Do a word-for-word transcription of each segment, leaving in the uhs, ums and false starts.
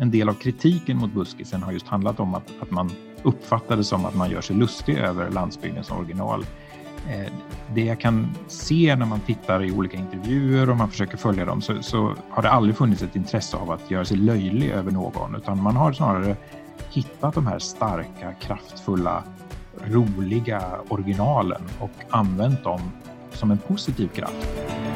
en del av kritiken mot buskisen har just handlat om att, att man uppfattar det som att man gör sig lustig över landsbygdens original. Eh, det jag kan se när man tittar i olika intervjuer och man försöker följa dem så, så har det aldrig funnits ett intresse av att göra sig löjlig över någon, utan man har snarare hittat de här starka, kraftfulla, roliga originalen och använt dem som en positiv kraft.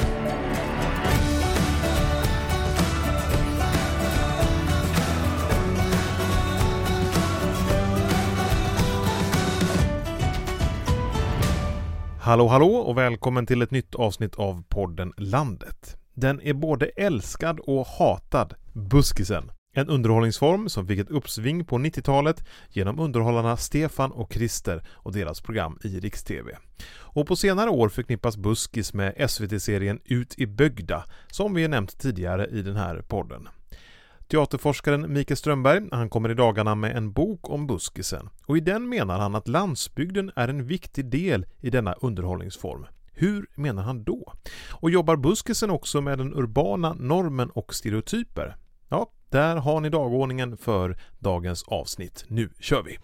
Hallå hallå och välkommen till ett nytt avsnitt av podden Landet. Den är både älskad och hatad, buskisen. En underhållningsform som fick ett uppsving på nittiotalet genom underhållarna Stefan och Christer och deras program i Riks-T V. Och på senare år förknippas buskis med S V T-serien Ut i bygda som vi nämnt tidigare i den här podden. Teaterforskaren Mikael Strömberg, han kommer i dagarna med en bok om buskisen. Och i den menar han att landsbygden är en viktig del i denna underhållningsform. Hur menar han då? Och jobbar buskisen också med den urbana normen och stereotyper? Ja, där har ni dagordningen för dagens avsnitt. Nu kör vi!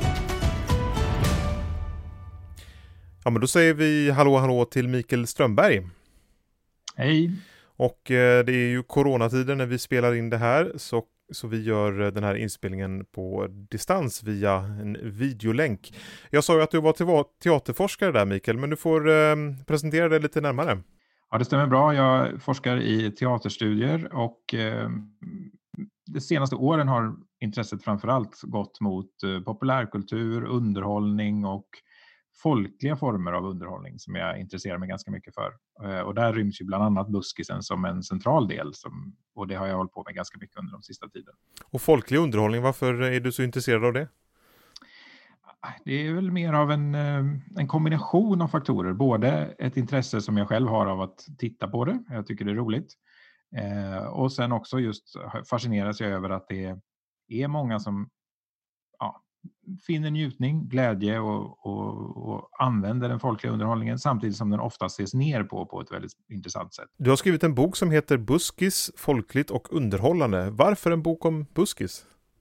Ja, men då säger vi hallå hallå till Mikael Strömberg. Hej! Och eh, det är ju coronatider när vi spelar in det här så, så vi gör den här inspelningen på distans via en videolänk. Jag sa ju att du var te- teaterforskare där, Mikael, men du får eh, presentera dig lite närmare. Ja, det stämmer bra. Jag forskar i teaterstudier och eh, de senaste åren har intresset framförallt gått mot eh, populärkultur, underhållning och folkliga former av underhållning som jag intresserar mig ganska mycket för. Eh, och där ryms ju bland annat buskisen som en central del som, och det har jag hållit på med ganska mycket under de sista tiden. Och folklig underhållning, varför är du så intresserad av det? Det är väl mer av en, en kombination av faktorer. Både ett intresse som jag själv har av att titta på det. Jag tycker det är roligt. Eh, och sen också just fascineras jag över att det är många som ja, finner njutning, glädje och, och, och använder den folkliga underhållningen samtidigt som den ofta ses ner på på ett väldigt intressant sätt. Du har skrivit en bok som heter Buskis, folkligt och underhållande. Varför en bok om buskis?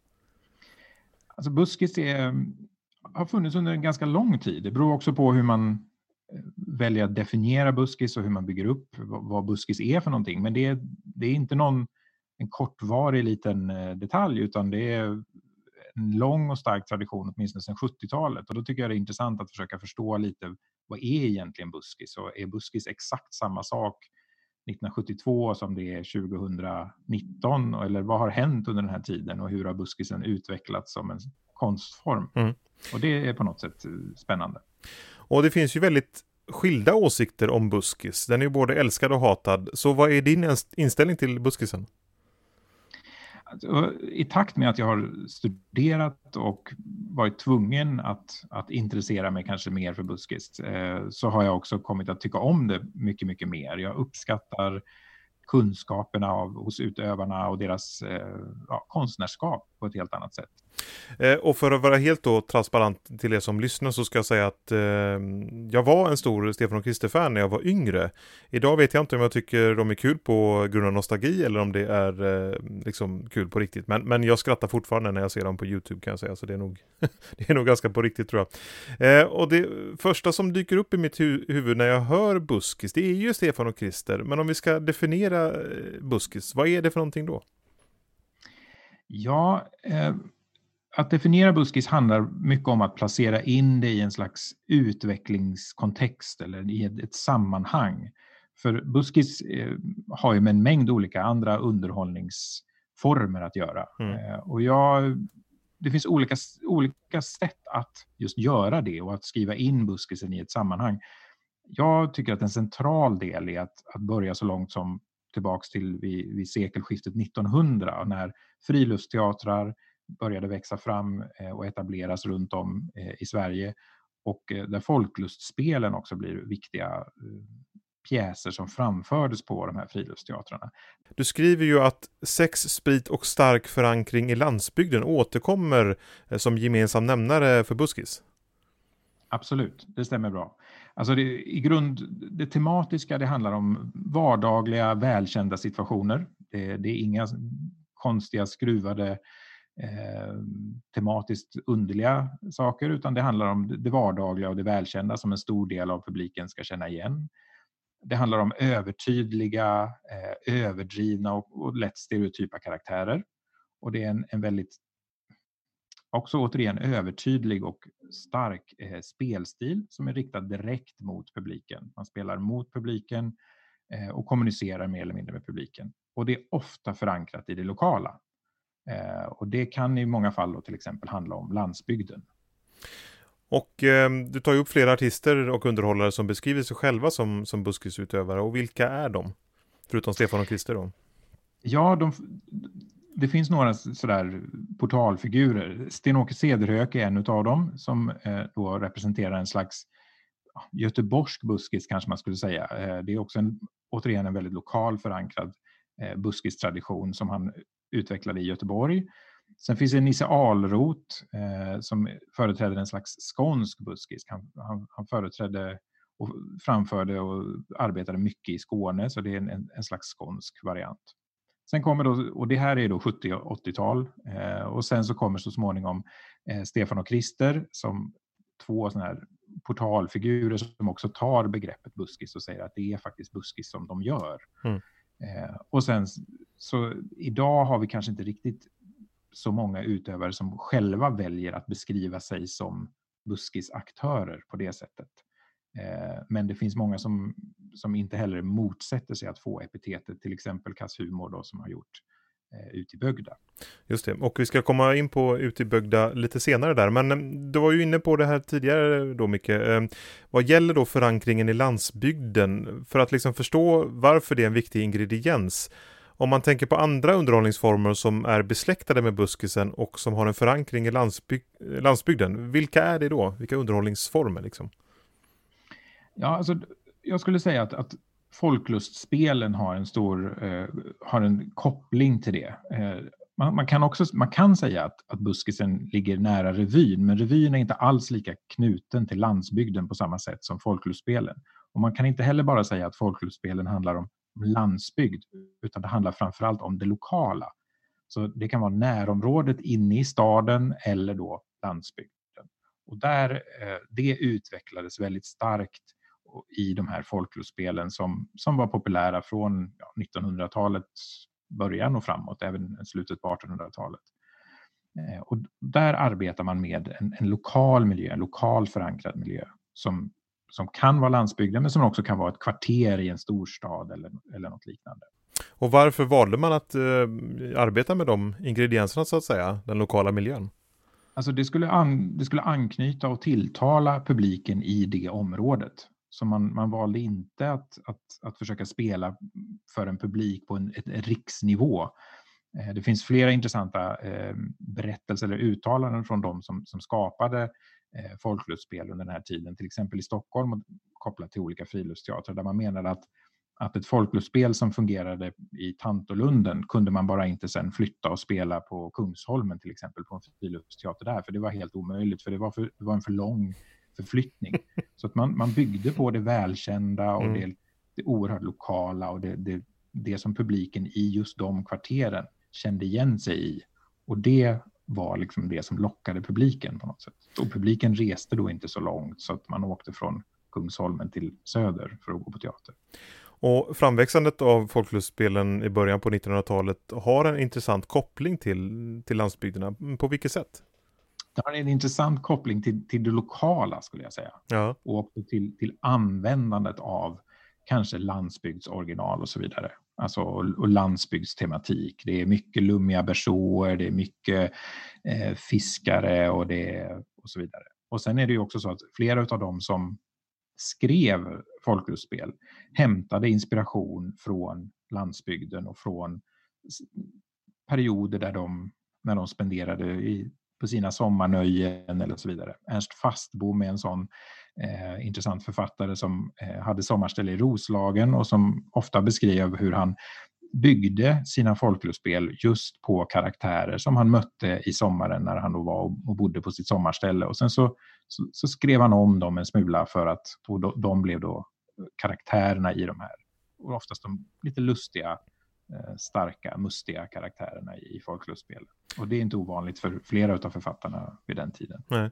Alltså buskis är... har funnits under en ganska lång tid. Det beror också på hur man väljer att definiera buskis och hur man bygger upp vad buskis är för någonting. Men det är, det är inte någon en kortvarig liten detalj utan det är en lång och stark tradition åtminstone sedan sjuttiotalet. Och då tycker jag det är intressant att försöka förstå lite vad är egentligen buskis? Och är buskis exakt samma sak nittonhundrasjuttiotvå som det är tjugonitton? Eller vad har hänt under den här tiden och hur har buskisen utvecklats som en konstform? Mm. Och det är på något sätt spännande. Och det finns ju väldigt skilda åsikter om buskis. Den är ju både älskad och hatad. Så vad är din inställning till buskisen? Alltså, i takt med att jag har studerat och varit tvungen att, att intressera mig kanske mer för buskis eh, så har jag också kommit att tycka om det mycket, mycket mer. Jag uppskattar kunskaperna av, hos utövarna och deras eh, ja, konstnärskap på ett helt annat sätt. Eh, och för att vara helt då transparent till er som lyssnar så ska jag säga att eh, jag var en stor Stefan och Christer-fan när jag var yngre. Idag vet jag inte om jag tycker de är kul på grund av nostalgi eller om det är eh, liksom kul på riktigt. Men, men jag skrattar fortfarande när jag ser dem på YouTube kan jag säga, så det är nog, det är nog ganska på riktigt tror jag. Eh, och det första som dyker upp i mitt hu- huvud när jag hör buskis, det är ju Stefan och Christer. Men om vi ska definiera buskis, vad är det för någonting då? Ja, eh, att definiera buskis handlar mycket om att placera in det i en slags utvecklingskontext eller i ett, ett sammanhang. För buskis eh, har ju med en mängd olika andra underhållningsformer att göra. Mm. Eh, och jag, det finns olika, olika sätt att just göra det och att skriva in buskisen i ett sammanhang. Jag tycker att en central del är att, att börja så långt som tillbaks till vid, vid sekelskiftet nittonhundra när friluftsteatrar började växa fram och etableras runt om i Sverige och där folklustspelen också blir viktiga pjäser som framfördes på de här friluftsteatrarna. Du skriver ju att sex, sprit och stark förankring i landsbygden återkommer som gemensam nämnare för buskis. Absolut, det stämmer bra. Alltså det, i grund, det tematiska det handlar om vardagliga välkända situationer. Det, det är inga konstiga, skruvade, eh, tematiskt underliga saker, utan det handlar om det vardagliga och det välkända som en stor del av publiken ska känna igen. Det handlar om övertydliga, eh, överdrivna och, och lätt stereotypa karaktärer. Och det är en, en väldigt, också återigen övertydlig och stark eh, spelstil som är riktad direkt mot publiken. Man spelar mot publiken eh, och kommunicerar mer eller mindre med publiken. Och det är ofta förankrat i det lokala. Eh, och det kan i många fall då till exempel handla om landsbygden. Och eh, du tar ju upp flera artister och underhållare som beskriver sig själva som, som buskisutövare. Och vilka är de? Förutom Stefan och Christer då? Ja, de, det finns några sådär portalfigurer. Sten-Åke Cederhök är en av dem som eh, då representerar en slags göteborgsk buskis kanske man skulle säga. Eh, det är också en, återigen en väldigt lokal förankrad eh, buskistradition som han utvecklade i Göteborg. Sen finns det Nisse Alroth eh, som företräder en slags skånsk buskis. Han, han, han företrädde och framförde och arbetade mycket i Skåne, så det är en, en slags skånsk variant. Sen kommer då, och det här är då sjuttio- och åttiotal, eh, och sen så kommer så småningom eh, Stefan och Christer som två sådana här portalfigurer som också tar begreppet buskis och säger att det är faktiskt buskis som de gör. Mm. Eh, och sen så idag har vi kanske inte riktigt så många utövare som själva väljer att beskriva sig som buskisaktörer på det sättet. Eh, men det finns många som, som inte heller motsätter sig att få epitetet, till exempel Kass Humor då, som har gjort eh, Ut i Bögda. Just det, och vi ska komma in på Ut i Bögda lite senare där, men du var ju inne på det här tidigare då Micke. Eh, vad gäller då förankringen i landsbygden, för att liksom förstå varför det är en viktig ingrediens? Om man tänker på andra underhållningsformer som är besläktade med buskisen och som har en förankring i landsbyg- landsbygden, vilka är det då? Vilka underhållningsformer liksom? Ja, alltså, jag skulle säga att, att folklustspelen har en stor eh, har en koppling till det. Eh, man, man kan också man kan säga att, att buskisen ligger nära revyn, men revyn är inte alls lika knuten till landsbygden på samma sätt som folklustspelen. Och man kan inte heller bara säga att folklustspelen handlar om landsbygd, utan det handlar framförallt om det lokala. Så det kan vara närområdet inne i staden eller då landsbygden. Och där, eh, det utvecklades väldigt starkt i de här folklustspelen som, som var populära från ja, nittonhundratalets början och framåt, även slutet på artonhundratalet. Eh, och där arbetar man med en, en lokal miljö, en lokal förankrad miljö som, som kan vara landsbygden men som också kan vara ett kvarter i en storstad eller, eller något liknande. Och varför valde man att eh, arbeta med de ingredienserna så att säga, den lokala miljön? Alltså det skulle, an, det skulle anknyta och tilltala publiken i det området. Så man, man valde inte att, att, att försöka spela för en publik på en ett, ett riksnivå. Eh, det finns flera intressanta eh, berättelser eller uttalanden från de som, som skapade eh, folklustspel under den här tiden. Till exempel i Stockholm och kopplat till olika friluftsteatrar där man menade att, att ett folklustspel som fungerade i Tantolunden kunde man bara inte sen flytta och spela på Kungsholmen till exempel på en friluftsteater där. För det var helt omöjligt, för det var, för, det var en för lång förflyttning. Så att man, man byggde på det välkända och mm. det, det oerhört lokala och det, det, det som publiken i just de kvarteren kände igen sig i. Och det var liksom det som lockade publiken på något sätt. Och publiken reste då inte så långt så att man åkte från Kungsholmen till Söder för att gå på teater. Och framväxandet av folklustspelen i början på nittonhundratalet har en intressant koppling till, till landsbygderna. På vilket sätt? Det har en intressant koppling till, till det lokala skulle jag säga. Ja. Och också till, till användandet av kanske landsbygdsoriginal och så vidare. Alltså och, och landsbygdstematik. Det är mycket lummiga bersåer, det är mycket eh, fiskare och, det, och så vidare. Och sen är det ju också så att flera av dem som skrev folklustspel hämtade inspiration från landsbygden och från perioder där de, när de spenderade i, på sina sommarnöjen eller så vidare. Ernst Fastbom är en sån eh, intressant författare som eh, hade sommarställe i Roslagen och som ofta beskrev hur han byggde sina folklustspel just på karaktärer som han mötte i sommaren när han då var och bodde på sitt sommarställe. Och sen så, så, så skrev han om dem en smula för att och de blev då karaktärerna i de här. Och oftast de lite lustiga eh, starka, mustiga karaktärerna i folklustspel. Och det är inte ovanligt för flera av författarna vid den tiden. Nej.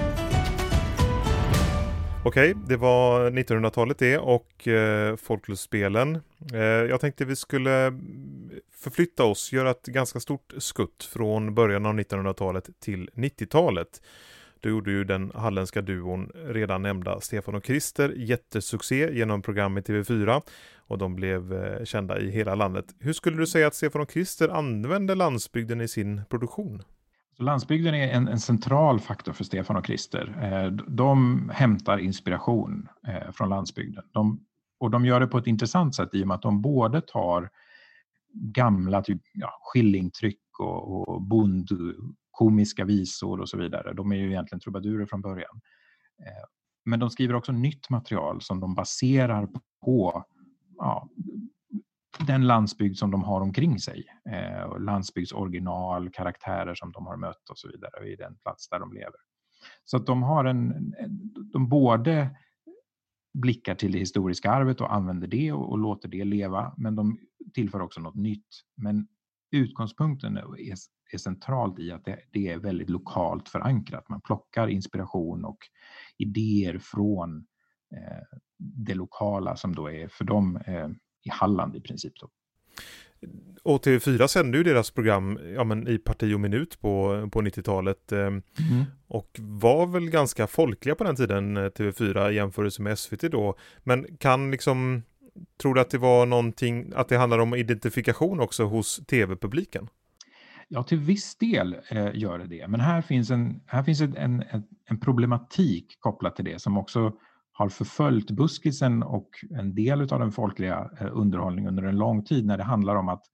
Okej, det var nittonhundratalet det och eh, folklustspelen. Eh, jag tänkte vi skulle förflytta oss, göra ett ganska stort skutt från början av nittonhundratalet till nittiotalet. Då gjorde ju den halländska duon redan nämnda Stefan och Krister jättesuccé genom program i T V fyra och de blev eh, kända i hela landet. Hur skulle du säga att Stefan och Krister använde landsbygden i sin produktion? Så landsbygden är en, en central faktor för Stefan och Krister. Eh, de hämtar inspiration eh, från landsbygden. De, och de gör det på ett intressant sätt i och med att de både tar gamla typ, ja, skillingtryck och, och bond, komiska visor och så vidare. De är ju egentligen trubadurer från början. Eh, men de skriver också nytt material som de baserar på ja, den landsbygd som de har omkring sig. Eh, och landsbygdsoriginal, karaktärer som de har mött och så vidare i den plats där de lever. Så att de har en, de både blickar till det historiska arvet och använder det och, och låter det leva, men de tillför också något nytt. Men utgångspunkten är, är centralt i att det, det är väldigt lokalt förankrat. Man plockar inspiration och idéer från eh, det lokala som då är för dem eh, i Halland i princip. Då. Och T V fyra sände ju deras program ja, men i parti och minut på, på nittiotalet eh, mm. och var väl ganska folkliga på den tiden, T V fyra, i jämförelse med S V T då. Men kan liksom, tror du att det var någonting, att det handlar om identifikation också hos tv-publiken? Ja, till viss del eh, gör det det. Men här finns, en, här finns en, en, en problematik kopplat till det som också har förföljt buskisen och en del av den folkliga underhållningen under en lång tid när det handlar om att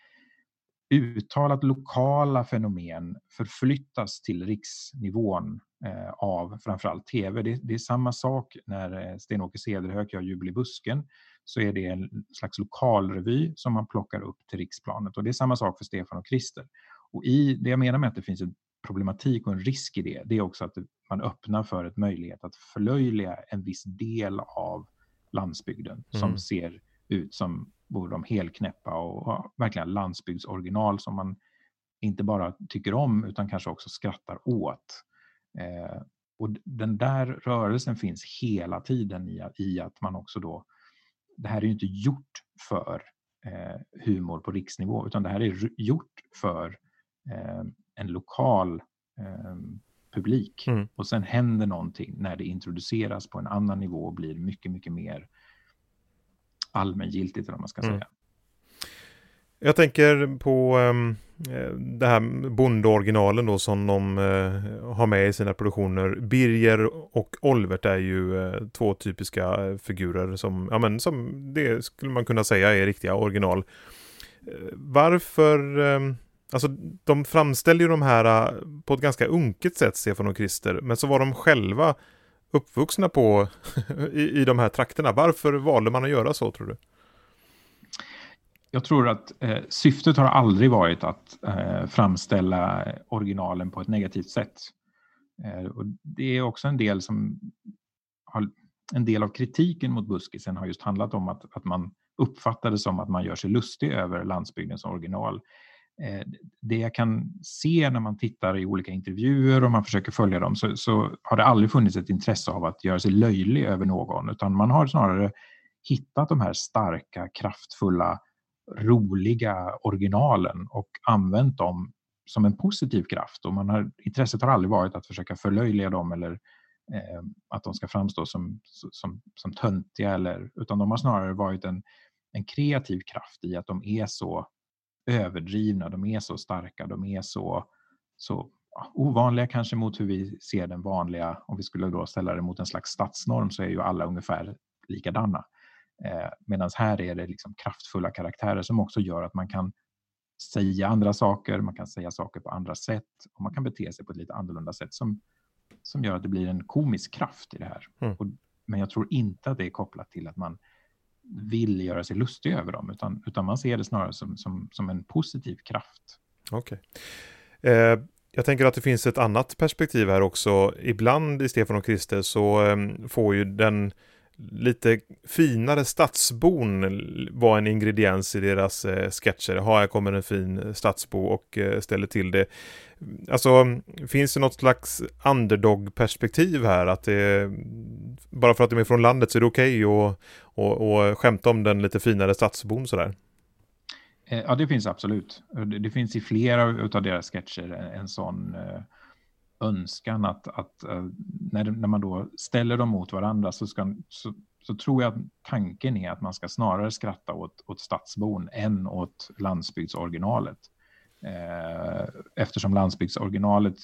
uttalat lokala fenomen förflyttas till riksnivån eh, av framförallt tv. Det, det är samma sak när Sten-Åke Cederhök gör Jubel i busken, så är det en slags lokalrevy som man plockar upp till riksplanet. Och det är samma sak för Stefan och Krister. Och i det jag menar med att det finns en problematik och en risk i det, det är också att man öppnar för ett möjlighet att förlöjliga en viss del av landsbygden mm. som ser ut som vore de helknäppa och, och verkligen landsbygdsoriginal som man inte bara tycker om utan kanske också skrattar åt. Eh, och den där rörelsen finns hela tiden i, i att man också då, det här är ju inte gjort för eh, humor på riksnivå utan det här är gjort för eh, en lokal eh, publik. Mm. Och sen händer någonting när det introduceras på en annan nivå och blir mycket, mycket mer allmängiltigt, eller man ska säga. Mm. Jag tänker på um, det här bondoriginalen då som de uh, har med i sina produktioner. Birger och Olvert är ju uh, två typiska figurer som, ja, men, som det skulle man kunna säga är riktiga original. Uh, varför... Um, Alltså de framställer ju de här på ett ganska unket sätt, Stefan och Krister, men så var de själva uppvuxna på i, i de här trakterna. Varför valde man att göra så, tror du? Jag tror att eh, syftet har aldrig varit att eh, framställa originalen på ett negativt sätt. Eh, och det är också en del som har, en del av kritiken mot buskisen har just handlat om att, att man uppfattar det som att man gör sig lustig över landsbygdens original. Det jag kan se när man tittar i olika intervjuer och man försöker följa dem så, så har det aldrig funnits ett intresse av att göra sig löjlig över någon, utan man har snarare hittat de här starka, kraftfulla, roliga originalen och använt dem som en positiv kraft. Och man har, intresset har aldrig varit att försöka förlöjliga dem eller eh, att de ska framstå som, som, som töntiga, eller, utan de har snarare varit en, en kreativ kraft i att de är så överdrivna, de är så starka, de är så, så ja, ovanliga kanske mot hur vi ser den vanliga. Om vi skulle då ställa det mot en slags stadsnorm så är ju alla ungefär likadana. Eh, Medan här är det liksom kraftfulla karaktärer som också gör att man kan säga andra saker, man kan säga saker på andra sätt och man kan bete sig på ett lite annorlunda sätt som, som gör att det blir en komisk kraft i det här. Mm. Och, men jag tror inte att det är kopplat till att man vill göra sig lustig över dem, utan, utan man ser det snarare som, som, som en positiv kraft. Okej. Okay. Eh, jag tänker att det finns ett annat perspektiv här också. Ibland i Stefan och Krister så eh, får ju den lite finare stadsbon var en ingrediens i deras eh, sketcher. Ha, här kommer en fin stadsbo och eh, ställer till det. Alltså, finns det något slags underdog-perspektiv här? Att det, bara för att de är från landet så är det okej okay att och, och skämta om den lite finare stadsbon sådär? Ja, det finns absolut. Det finns i flera av deras sketcher en sån önskan att, att när, när man då ställer dem mot varandra så, ska, så, så tror jag att tanken är att man ska snarare skratta åt, åt stadsbon än åt landsbygdsoriginalet. Eftersom landsbygdsoriginalet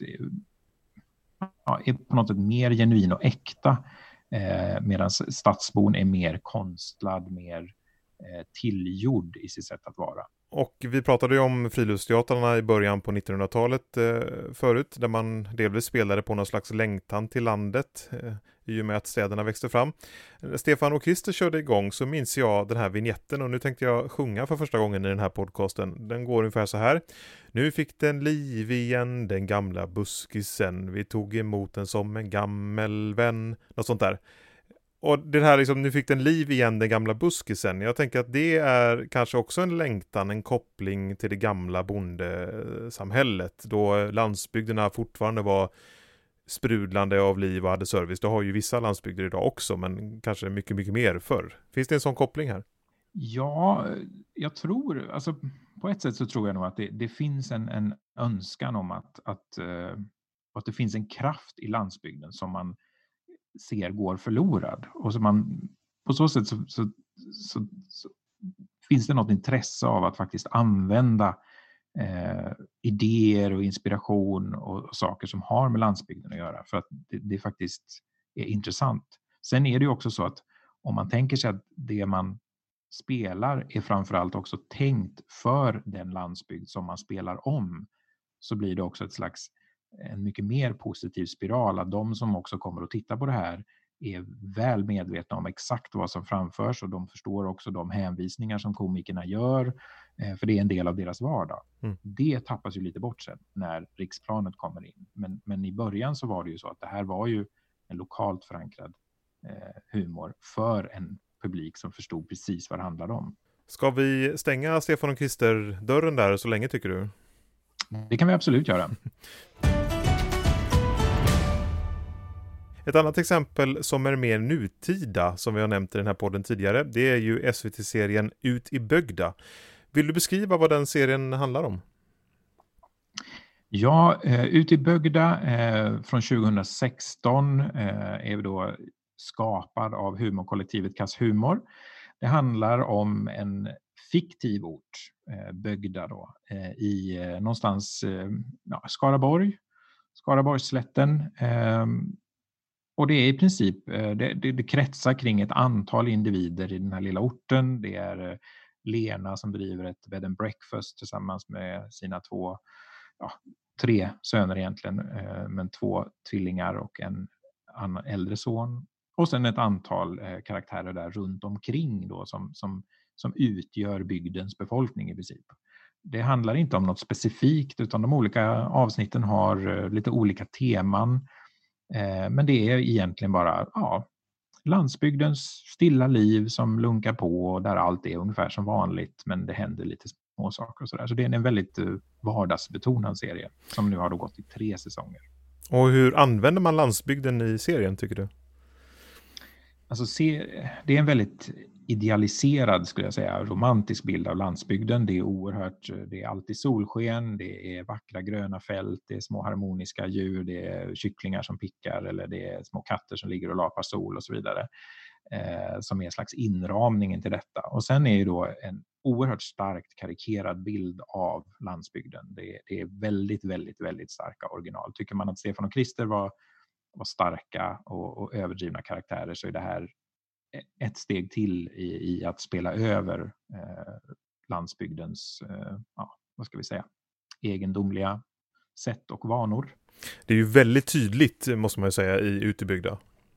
ja, är på något sätt mer genuin och äkta, medan stadsbon är mer konstlad, mer tillgjord i sitt sätt att vara. Och vi pratade ju om friluftsteatrarna i början på nittonhundratalet eh, förut, där man delvis spelade på någon slags längtan till landet eh, i och med att städerna växte fram. Stefan och Christer körde igång, så minns jag den här vignetten, och nu tänkte jag sjunga för första gången i den här podcasten. Den går ungefär så här. Nu fick den liv igen, den gamla buskisen. Vi tog emot den som en gammel vän. Något sånt där. Och det här liksom, nu fick den liv igen, den gamla buskisen. Jag tänker att det är kanske också en längtan, en koppling till det gamla bondesamhället. Då landsbygderna fortfarande var sprudlande av liv och hade service. Det har ju vissa landsbygder idag också, men kanske mycket, mycket mer förr. Finns det en sån koppling här? Ja, jag tror, alltså på ett sätt så tror jag nog att det, det finns en, en önskan om att, att, uh, att det finns en kraft i landsbygden som man ser går förlorad. Och så man, på så sätt så, så, så, så finns det något intresse av att faktiskt använda eh, idéer och inspiration och, och saker som har med landsbygden att göra, för att det, det faktiskt är intressant. Sen är det ju också så att om man tänker sig att det man spelar är framförallt också tänkt för den landsbygd som man spelar om, så blir det också ett slags en mycket mer positiv spiral, att de som också kommer att titta på det här är väl medvetna om exakt vad som framförs, och de förstår också de hänvisningar som komikerna gör, för det är en del av deras vardag. Mm. Det tappas ju lite bort sen när riksplanet kommer in. Men, men i början så var det ju så att det här var ju en lokalt förankrad eh, humor för en publik som förstod precis vad det handlade om. Ska vi stänga Stefan och Christer dörren där så länge, tycker du? Det kan vi absolut göra. Ett annat exempel som är mer nutida, som vi har nämnt i den här podden tidigare, det är ju S V T-serien Ut i Bögda. Vill du beskriva vad den serien handlar om? Ja, eh, Ut i Bögda eh, från tjugohundrasexton eh, är då skapad av humorkollektivet Kass Humor. Det handlar om en fiktiv ort, eh, Bögda då, eh, i eh, någonstans eh, ja, Skaraborg, Skaraborgsslätten. Eh, och det är i princip, eh, det, det, det kretsar kring ett antal individer i den här lilla orten. Det är eh, Lena som driver ett bed and breakfast tillsammans med sina två, ja, tre söner egentligen, eh, men två tvillingar och en annan äldre son. Och sen ett antal eh, karaktärer där runt omkring då som, som, som utgör bygdens befolkning i princip. Det handlar inte om något specifikt, utan de olika avsnitten har eh, lite olika teman. Eh, men det är egentligen bara ja, landsbygdens stilla liv som lunkar på, där allt är ungefär som vanligt, men det händer lite små saker och sådär. Så det är en väldigt uh, vardagsbetonad serie som nu har då gått i tre säsonger. Och hur använder man landsbygden i serien, tycker du? Alltså se, det är en väldigt idealiserad, skulle jag säga, romantisk bild av landsbygden. Det är oerhört, det är alltid solsken, det är vackra gröna fält, det är små harmoniska djur, det är kycklingar som pickar, eller det är små katter som ligger och lapar sol och så vidare. Eh, som är en slags inramningen till detta. Och sen är ju då en oerhört starkt karikerad bild av landsbygden. Det är, det är väldigt, väldigt, väldigt starka original. Tycker man att Stefan och Christer var, var starka och, och överdrivna karaktärer, så är det här ett steg till i, i att spela över eh, landsbygdens eh, ja, vad ska vi säga, egendomliga sätt och vanor. Det är ju väldigt tydligt, måste man ju säga, i Ut i Bögda.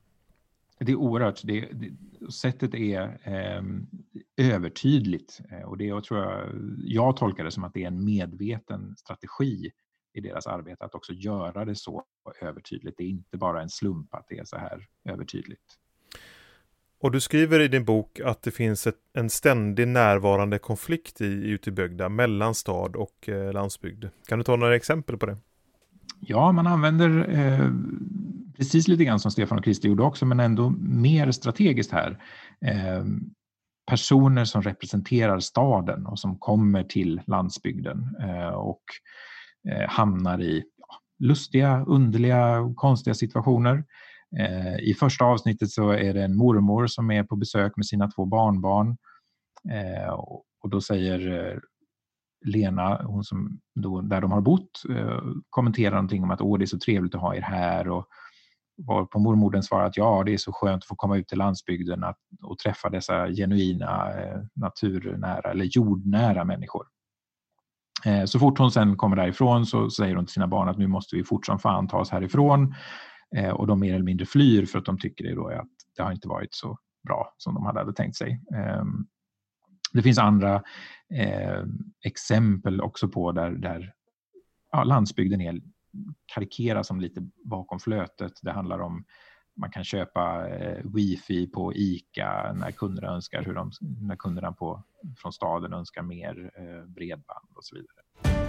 Det är oerhört. Det, det, sättet är eh, övertydligt, och det jag tror jag, jag tolkar det som att det är en medveten strategi i deras arbete att också göra det så övertydligt. Det är inte bara en slump att det är så här övertydligt. Och du skriver i din bok att det finns ett, en ständig närvarande konflikt i Utebygda mellan stad och eh, landsbygd. Kan du ta några exempel på det? Ja, man använder eh, precis lite grann som Stefan och Christer gjorde också, men ändå mer strategiskt här. Eh, personer som representerar staden och som kommer till landsbygden eh, och eh, hamnar i ja, lustiga, underliga, konstiga situationer. Eh, I första avsnittet så är det en mormor som är på besök med sina två barnbarn eh, och, och då säger eh, Lena, hon som då, där de har bott, eh, kommenterar någonting om att åh, det är så trevligt att ha er här, och var på mormodern svarar att ja, det är så skönt att få komma ut till landsbygden att, och träffa dessa genuina, eh, naturnära eller jordnära människor. Eh, så fort hon sen kommer därifrån så säger hon till sina barn att nu måste vi fort som fan ta oss härifrån, eh, och de mer eller mindre flyr för att de tycker det då är att det har inte varit så bra som de hade tänkt sig. Eh, det finns andra eh, exempel också på där, där ja, landsbygden är karikeras som lite bakom flötet. Det handlar om man kan köpa eh, wifi på ICA när kunderna önskar hur de, när kunderna på, från staden önskar mer eh, bredband och så vidare.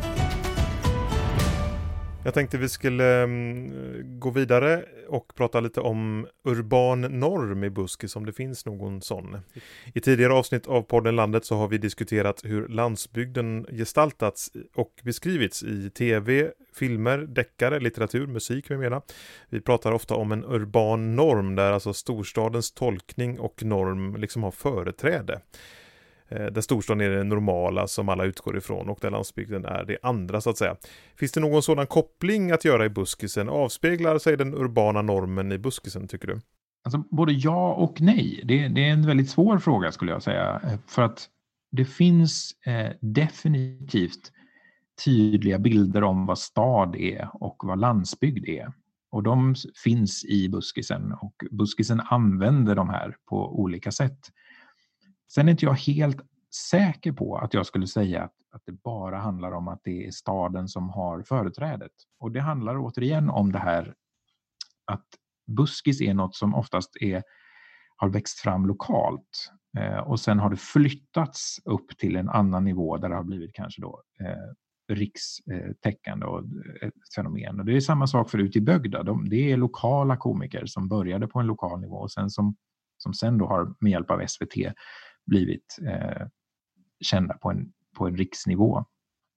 Jag tänkte vi skulle um, gå vidare och prata lite om urban norm i Buskis, om det finns någon sån. I tidigare avsnitt av podden Landet så har vi diskuterat hur landsbygden gestaltats och beskrivits i tv, filmer, deckare, litteratur, musik med mera. Vi pratar ofta om en urban norm där alltså storstadens tolkning och norm liksom har företräde. Där storstaden är det normala som alla utgår ifrån och där landsbygden är det andra så att säga. Finns det någon sådan koppling att göra i buskisen? Avspeglar sig den urbana normen i buskisen, tycker du? Alltså, både ja och nej. Det, det är en väldigt svår fråga skulle jag säga. För att det finns eh, definitivt tydliga bilder om vad stad är och vad landsbygd är. Och de finns i buskisen och buskisen använder de här på olika sätt. Sen är inte jag helt säker på att jag skulle säga att, att det bara handlar om att det är staden som har företrädet. Och det handlar återigen om det här att buskis är något som oftast är, har växt fram lokalt. Eh, och sen har det flyttats upp till en annan nivå där det har blivit kanske då eh, rikstäckande och ett fenomen. Och det är samma sak för Utebygda. De, det är lokala komiker som började på en lokal nivå och sen som, som sen då har med hjälp av S V T blivit eh, kända på en, på en riksnivå.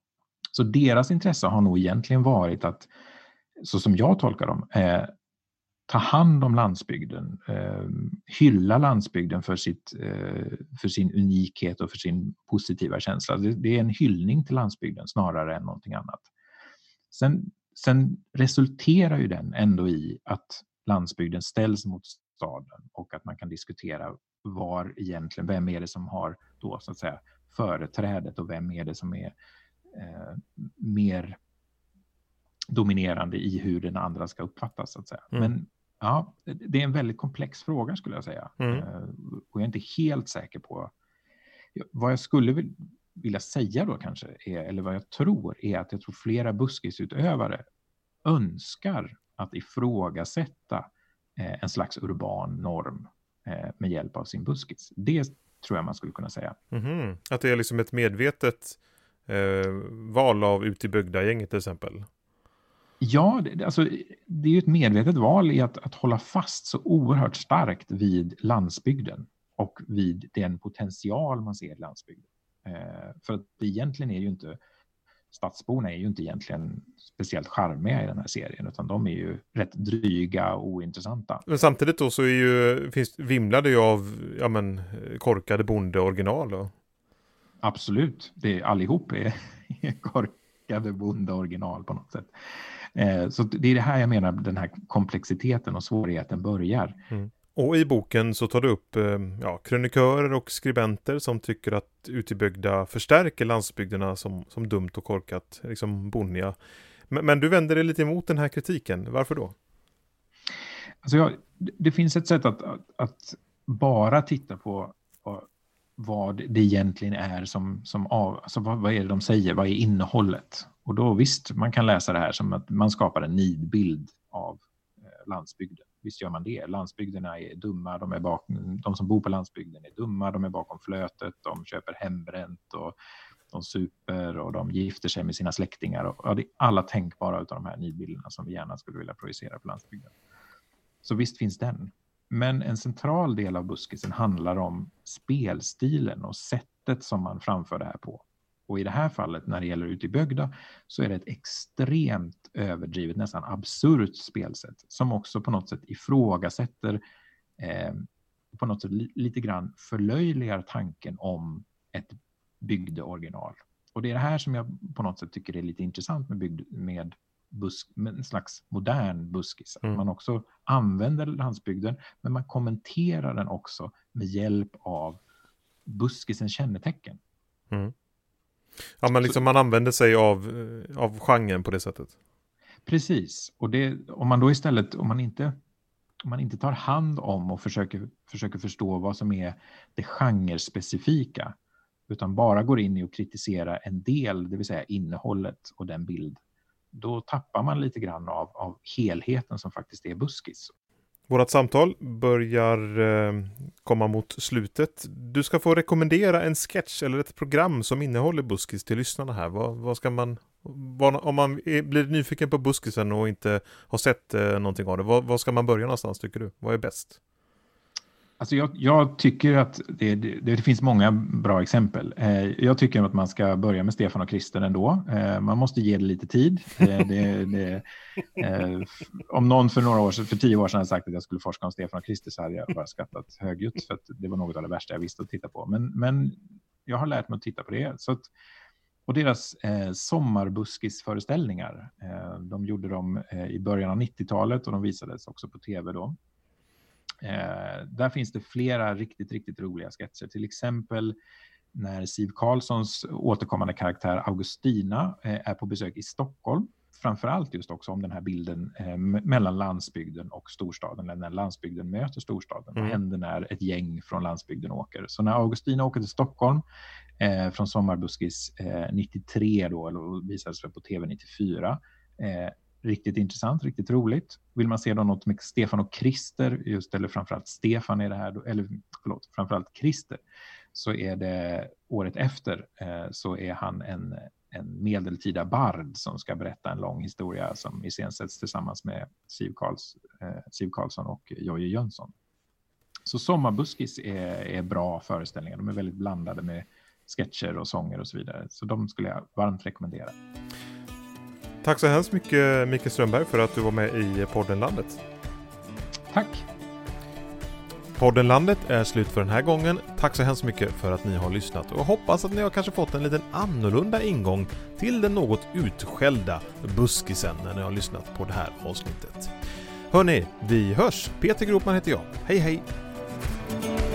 Så deras intresse har nog egentligen varit att, så som jag tolkar dem, eh, ta hand om landsbygden, eh, hylla landsbygden för, sitt, eh, för sin unikhet och för sin positiva känsla. Det, det är en hyllning till landsbygden snarare än någonting annat. Sen, sen resulterar ju den ändå i att landsbygden ställs mot staden och att man kan diskutera var egentligen, vem är det som har då så att säga företrädet och vem är det som är eh, mer dominerande i hur den andra ska uppfattas så att säga. Mm. Men ja, det är en väldigt komplex fråga skulle jag säga. Mm. Eh, och jag är inte helt säker på vad jag skulle vilja säga då kanske är, eller vad jag tror är att jag tror flera buskisutövare önskar att ifrågasätta eh, en slags urban norm med hjälp av sin buskis. Det tror jag man skulle kunna säga. Mm-hmm. Att det är liksom ett medvetet eh, val av Utebygda-gänget till exempel? Ja, det, alltså, det är ju ett medvetet val i att, att hålla fast så oerhört starkt vid landsbygden och vid den potential man ser i landsbygden. Eh, för att det egentligen är ju inte stadsborna är ju inte egentligen speciellt charmiga i den här serien utan de är ju rätt dryga och ointressanta. Men samtidigt då så är ju, finns, vimlar det ju av ja men, korkade bonde original då? Absolut, det, allihop är, är korkade bonde original på något sätt. Eh, så det är det här jag menar, den här komplexiteten och svårigheten börjar. Mm. Och i boken så tar du upp ja, krönikörer och skribenter som tycker att Utebygda förstärker landsbygderna som, som dumt och korkat, liksom bonniga. Men, men du vänder dig lite emot den här kritiken. Varför då? Alltså jag, det finns ett sätt att, att, att bara titta på vad det egentligen är som, som av, alltså vad, vad är det de säger, vad är innehållet? Och då visst, man kan läsa det här som att man skapar en nidbild av landsbygden. Visst gör man det. Landsbygderna är dumma, de, är bakom, de som bor på landsbygden är dumma, de är bakom flötet, de köper hembränt och de super och de gifter sig med sina släktingar. Och, ja, det är alla tänkbara av de här nidbilderna som vi gärna skulle vilja projicera på landsbygden. Så visst finns den. Men en central del av buskisen handlar om spelstilen och sättet som man framför det här på. Och i det här fallet, när det gäller ute i bygda, så är det ett extremt överdrivet, nästan absurt spelsätt som också på något sätt ifrågasätter, eh, på något sätt li- lite grann förlöjligar tanken om ett bygdeoriginal. Och det är det här som jag på något sätt tycker är lite intressant med, bygd, med, busk, med en slags modern buskis. Mm. Man också använder landsbygden, men man kommenterar den också med hjälp av buskisens kännetecken. Mm. Ja, men liksom man använder sig av, av genren på det sättet. Precis. Och det, om man då istället, om man inte, om man inte tar hand om och försöker, försöker förstå vad som är det genrespecifika, utan bara går in i och kritiserar en del, det vill säga innehållet och den bild, då tappar man lite grann av, av helheten som faktiskt är buskis. Vårat samtal börjar eh, komma mot slutet. Du ska få rekommendera en sketch eller ett program som innehåller buskis till lyssnarna här. Vad, vad ska man, vad, om man är, blir nyfiken på buskisen och inte har sett eh, någonting av det, vad, vad ska man börja någonstans tycker du? Vad är bäst? Alltså jag, jag tycker att det, det, det finns många bra exempel. Eh, jag tycker att man ska börja med Stefan och Krister ändå. Eh, man måste ge det lite tid. Eh, det, det, eh, om någon för några år sedan, för tio år sedan hade sagt att jag skulle forska om Stefan och Krister så hade jag bara skrattat högljutt för att det var något av det värsta jag visste att titta på. Men, men jag har lärt mig att titta på det. Så att, och deras eh, sommarbuskisföreställningar, eh, de gjorde dem eh, i början av nittiotalet och de visades också på tv då. Eh, där finns det flera riktigt, riktigt roliga sketcher. Till exempel när Siv Karlssons återkommande karaktär Augustina eh, är på besök i Stockholm. Framförallt just också om den här bilden eh, mellan landsbygden och storstaden. Eller när landsbygden möter storstaden. Mm. Vad händer när ett gäng från landsbygden åker? Så när Augustina åker till Stockholm eh, från Sommarbuskis eh, nittiotre då, eller visades på tv nittiofyra. Eh, Riktigt intressant, riktigt roligt. Vill man se då något med Stefan och Krister, just, eller framförallt Stefan är det här, eller förlåt, framförallt Krister, så är det året efter eh, så är han en, en medeltida bard som ska berätta en lång historia som iscensätts tillsammans med Siv, Karls, eh, Siv Karlsson och Jojje Jönsson. Så Sommarbuskis är, är bra föreställningar. De är väldigt blandade med sketcher och sånger och så vidare. Så de skulle jag varmt rekommendera. Tack så hemskt mycket Mikael Strömberg för att du var med i podden Landet. Tack. Podden Landet är slut för den här gången. Tack så hemskt mycket för att ni har lyssnat och hoppas att ni har kanske fått en liten annorlunda ingång till den något utskällda buskisen när ni har lyssnat på det här avsnittet. Hörrni, vi hörs. Peter Gropman heter jag. Hej hej!